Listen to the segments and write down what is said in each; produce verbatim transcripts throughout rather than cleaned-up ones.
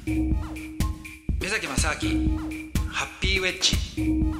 目崎正明ハッピーウェッジ。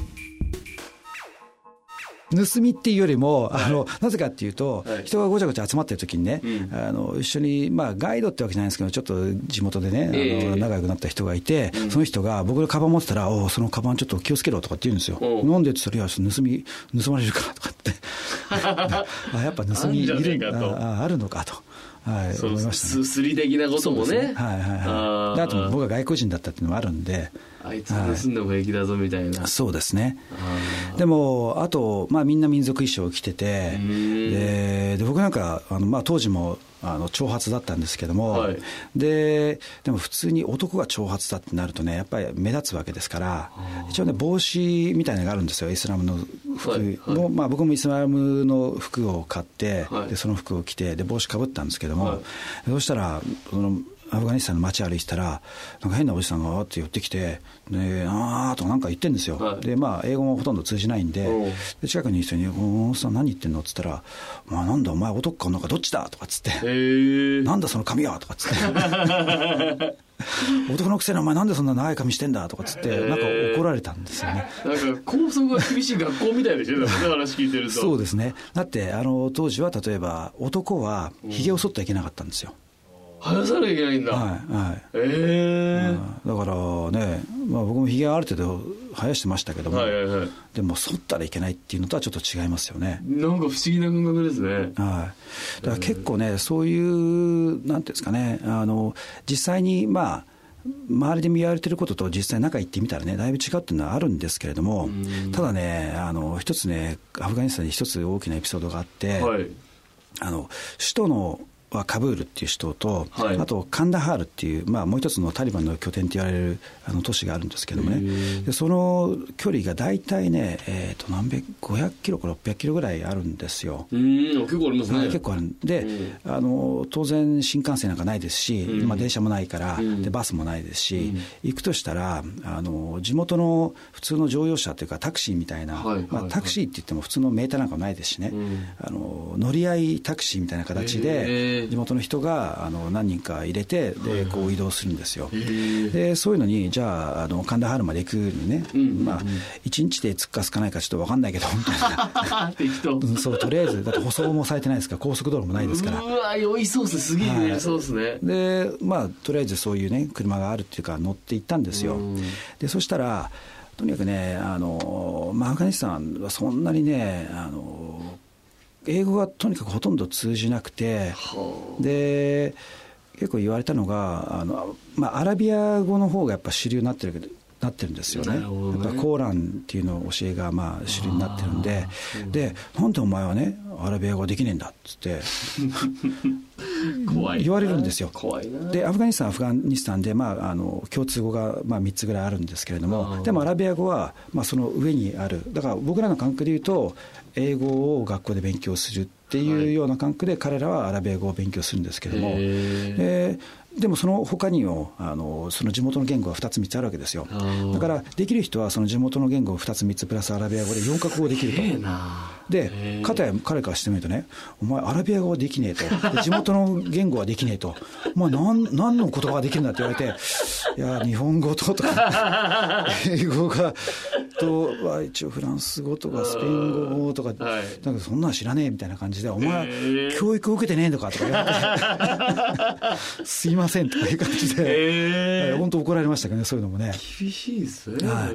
盗みっていうよりも、はい、あのなぜかっていうと、はい、人がごちゃごちゃ集まってる時にね、うん、あの一緒に、まあ、ガイドってわけじゃないんですけど、ちょっと地元でね、えー、あの仲良くなった人がいて、うん、その人が僕のカバン持ってたら、おそのカバンちょっと気をつけろとかって言うんですよ。なんでって言ったら、いや盗み盗まれるからとかってあやっぱ盗みいるんだ、あ, あるのかと。はい、思いましたね。 すり的なことも ね, ね、 はいはいはい、あ, あと僕が外国人だったっていうのもあるんで、 あいつ盗んでも平気だぞみたいな、 はい、そうですね。でもあと、まあ、みんな民族衣装を着てて、でで僕なんかあの、まあ、当時もあの長髪だったんですけども、はい、で, でも普通に男が長髪だってなるとね、やっぱり目立つわけですから、一応ね帽子みたいなのがあるんですよ、イスラムの服、はいはい、まあ、僕もイスラムの服を買って、はい、でその服を着てで帽子かぶったんですけども、はい、そうしたらそのアフガニスタンの街歩いてたら、なんか変なおじさんがって寄ってきて、であーとかなんか言ってるんですよ、はい、でまあ英語もほとんど通じないん で, で近くにいる人におおさん何言ってんのっつったら、まあ、なんだお前男か女かどっちだとかっつって、なんだその髪はとかっつって男のくせにお前なんでそんな長い髪してんだとかっつってなんか怒られたんですよね。 なんか校則が厳しい学校みたいでしょ話聞いてると。 そうですね。だってあの当時は例えば男はひげを剃ってはいけなかったんですよ。 生やさなきゃいけないんだ。 はいはい。 えー、 だからね、まあ、僕もひげはある程度生やしてましたけども、はいはいはい、でも剃ったらいけないっていうのとはちょっと違いますよね。 なんか不思議な感覚ですね。はい。だから結構ね、そういうなんていうんですかね、あの実際にまあ周りで見られてることと実際中行ってみたらね、だいぶ違うっていうのはあるんですけれども、ただね、あの一つね、アフガニスタンに一つ大きなエピソードがあって、はい、あの首都のはカブールっていう首都と、はい、あとカンダハールっていう、まあ、もう一つのタリバンの拠点と言われるあの都市があるんですけどもね、でその距離が大体ね、えー、と何百ごひゃくキロかろっぴゃくキロぐらいあるんですよ。 うん、結構ありますね。 結構あるで、あの当然新幹線なんかないですし、まあ、電車もないから、でバスもないですし、行くとしたらあの地元の普通の乗用車というかタクシーみたいな、はいはいはい、まあ、タクシーって言っても普通のメーターなんかもないですしね、あの乗り合いタクシーみたいな形で地元の人があの何人か入れてでこう移動するんですよ。でそういうのにじゃあ、あのカンダハールまで行くにね、うんうんうん、まあ、いちにちで着くか着かないかちょっと分かんないけど本当にそうとりあえずだって舗装もされてないですから高速道路もないですから、 うわ酔いそうです、すげえ酔いそうですね、はい、 でまあとりあえずそういうね車があるっていうか乗って行ったんですよ。でそしたらとにかくね、あの、まあ、アフガニスタンはそんなにね、あの英語がとにかくほとんど通じなくて、で結構言われたのがあの、まあ、アラビア語の方がやっぱ主流になってるけどなってるんですよ ね, ねやっぱコーランっていうの教えがまあ主流になってるんで、でなんでお前はねアラビア語できねえんだっつって怖い言われるんですよ。 怖いな。 でアフガニスタンアフガニスタンで、まあ、あの共通語がまあみっつぐらいあるんですけれども、でもアラビア語はまあその上にある。だから僕らの感覚で言うと英語を学校で勉強するっていうような感覚で彼らはアラビア語を勉強するんですけども、ででもその他にもあのその地元の言語がふたつみっつあるわけですよ。だからできる人はその地元の言語をふたつみっつプラスアラビア語でよんカ国語できると。で片や彼からしてみるとね、お前アラビア語はできねえと、で地元の言語はできねえと、お前 何, 何の言葉ができるんだって言われて、いや日本語ととか英語がと一応フランス語とかスペイン語とか、はい、なんかそんなの知らねえみたいな感じで、お前教育を受けてねえのかとか言われてすいませんとかいう感じで、えー、本当怒られましたけどね、そういうのもね。 厳しいですね。 はい、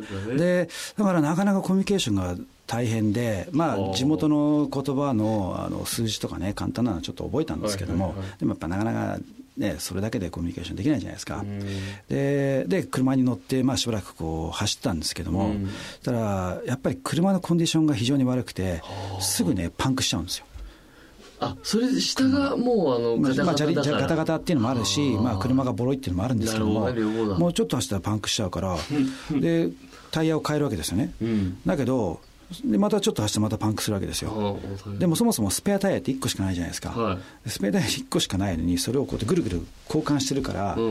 でだからなかなかコミュニケーションが大変で、まあ、地元の言葉 の, あの数字とかね簡単なのはちょっと覚えたんですけども、はいはいはい、でもやっぱなかなか、ね、それだけでコミュニケーションできないじゃないですか。で, で車に乗って、まあ、しばらくこう走ったんですけども、ただやっぱり車のコンディションが非常に悪くてすぐねパンクしちゃうんですよ。 あ、それで下がもうあのガタガタだから、 まあ、ガタガタっていうのもあるし、まあ、車がボロいっていうのもあるんですけども、もうちょっと走ったらパンクしちゃうからでタイヤを変えるわけですよね、うん、だけどでまたちょっと走ってまたパンクするわけですよ。でもそもそもスペアタイヤっていっこしかないじゃないですか、はい、スペアタイヤいっこしかないのにそれをこうやってぐるぐる交換してるから、うん、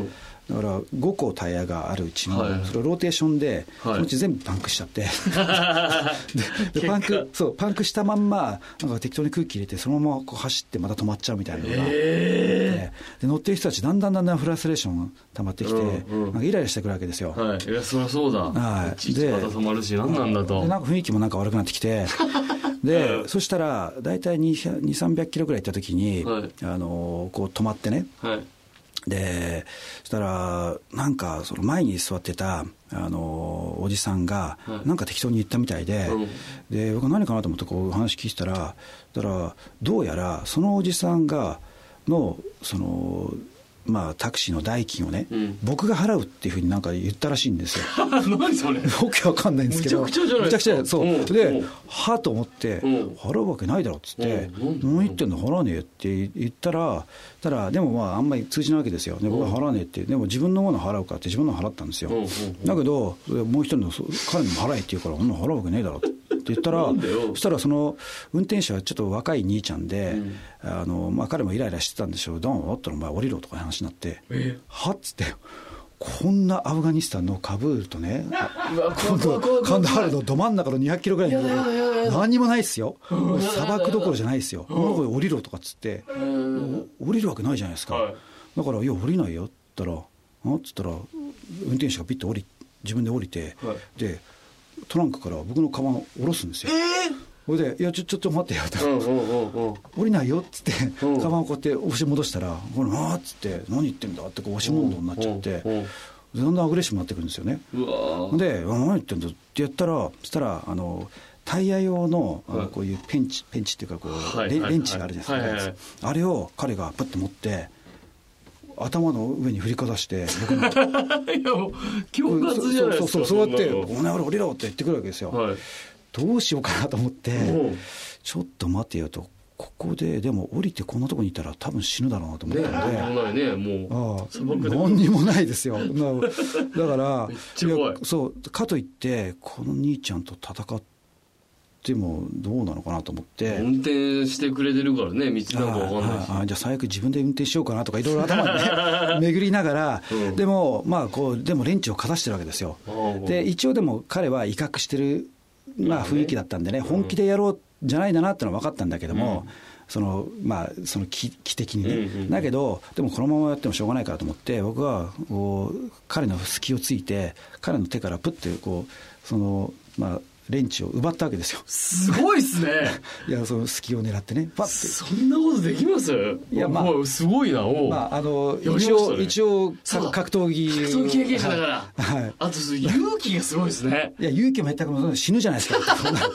だからごこタイヤがあるうちの、 はい、 それをローテーションで、はい、そのうち全部パンクしちゃってででパンクそうパンクしたまんまなんか適当に空気入れてそのままこう走ってまた止まっちゃうみたいなのが、えー、で乗ってる人たちだんだんだんだんフラストレーションが溜まってきて、うんうん、なんかイライラしてくるわけですよ。 はい、いやそりゃそうだ、はい、いちいちまた止まるし何なんだと。 でなんか雰囲気もなんか悪くなってきてで、うん、そしたら大体にひゃく、さんびゃくキロぐらい行った時に、はい、あのこう止まってね、はい、でそしたらなんかその前に座ってたあのおじさんがなんか適当に言ったみたいで、うん、で僕は何かなと思ってこう話聞いてたら、だからどうやらそのおじさんがのそのまあ、タクシーの代金をね、うん、僕が払うっていうふうになんか言ったらしいんですよ。 何それ。 よくわかんないんですけど、 めちゃくちゃじゃないですか。めちゃくちゃそう、 うん、 ではと思って、うん、払うわけないだろっつって、うん、何言ってんの払わねえよって言ったら、ただでもまああんまり通じないわけですよ。で僕は払わねえって、でも自分のもの払うかって自分の払ったんですよ。うんうんうん、だけどもう一人の彼にも払えって言うから、女払うわけねえだろって言ったら、そしたらその運転手はちょっと若い兄ちゃんで、うん、あのまあ彼もイライラしてたんでしょう。どうもったらお前降りろとか話になって、えはっつって、こんなアフガニスタンのカブールとね、今度カンダハルのど真ん中のにひゃくキロぐらいのところ何にもないですよ。砂漠どころじゃないですよ。このところ降りろとかっつって降りるわけないじゃないですか。だからいや降りないよって言ったら、あっつったら運転手がピッと降り自分で降りて、でトランクから僕のカバンを下ろすんですよ。えーそれでいやちょちょっと待ってよと、うんうんうんうん、降りないよっつって、うん、カバンをこうやって押し戻したら、これあーっつって何言ってんだってこう押し問答になっちゃって、うんうんうん、だんだんアグレッシブになってくるんですよね。うわで何言ってんだってやったら、そしたらあのタイヤ用 の, あのこういうペンチペンチっていうかこう、はい、レ, レンチがあるじゃないですか、はいはいはい、あれを彼がパッと持って頭の上に振りかざして僕のいやもう恐喝じゃないですか。 そうそうそうそうやって「お前俺降りろ」って言ってくるわけですよ、はい、どうしようかなと思って、ちょっと待てよと、ここででも降りてこんなとこにいたら多分死ぬだろうなと思ったので、 何もないね、もうああ何にもないですよ。だからいやそうかといってこの兄ちゃんと戦ってもどうなのかなと思って、 運転してくれてるからね、道なんか分かんないし、 ああじゃあ最悪自分で運転しようかなとかいろいろ頭にね巡りながら、うん、でもまあこうでもレンチをかざしてるわけですよ。で一応でも彼は威嚇してるまあ、雰囲気だったんでね、本気でやろうじゃないんだなってのは分かったんだけども、うん、そのまあその気的にね、うんうん、だけどでもこのままやってもしょうがないからと思って、僕はこう彼の隙をついて彼の手からプッてこうそのまあレンチを奪ったわけですよ。 すごいっすねいやその隙を狙ってねパッて。 そんなことできます？いやまあすごいな。お、 まあ、あの一応一応格闘技格闘技経験者だから、はいはい、あと勇気がすごいですね。 いや勇気も下手くも死ぬじゃないですか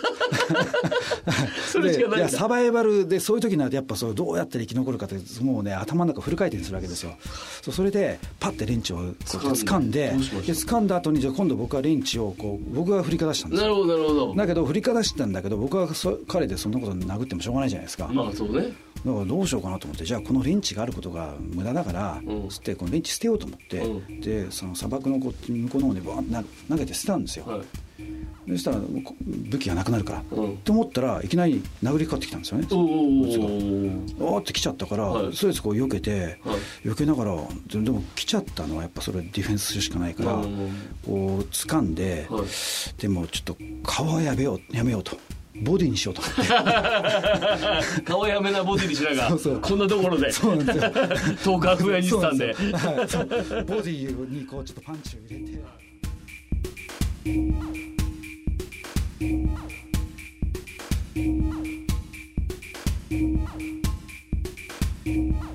それしかないんだ。 いやサバイバルでそういう時になるとやっぱそうどうやって生き残るかってもうね頭の中フル回転するわけですよ。そうそれでパッてレンチをこう掴んで、で掴んだ後にじゃあ今度僕はレンチをこう僕が振りかざしたんですよ。 なるほどなるほど。 だけど振りかざしたんだけど僕はそ彼でそんなこと殴ってもしょうがないじゃないですか。 まあそうね。 だからどうしようかなと思って、じゃあこのレンチがあることが無駄だから、うん、つってこのレンチ捨てようと思って、うん、でその砂漠のこ向こうの方にバーッ投げて捨てたんですよ、はい、そしたら武器がなくなるから、うん、と思ったらいきなり殴りかかってきたんですよね。おーって来ちゃったから、はい、それでこう避けて、はい、避けながらでも来ちゃったのはやっぱそれディフェンスするしかないから、うん、こう掴んで、はい、でもちょっと顔はやめようやめようとボディにしようと思って顔やめなボディにしながらそうそうこんなところでそうなんですよ遠くアフガニスタンでそうなんですよ、はい、ボディにこうちょっとパンチを入れてうん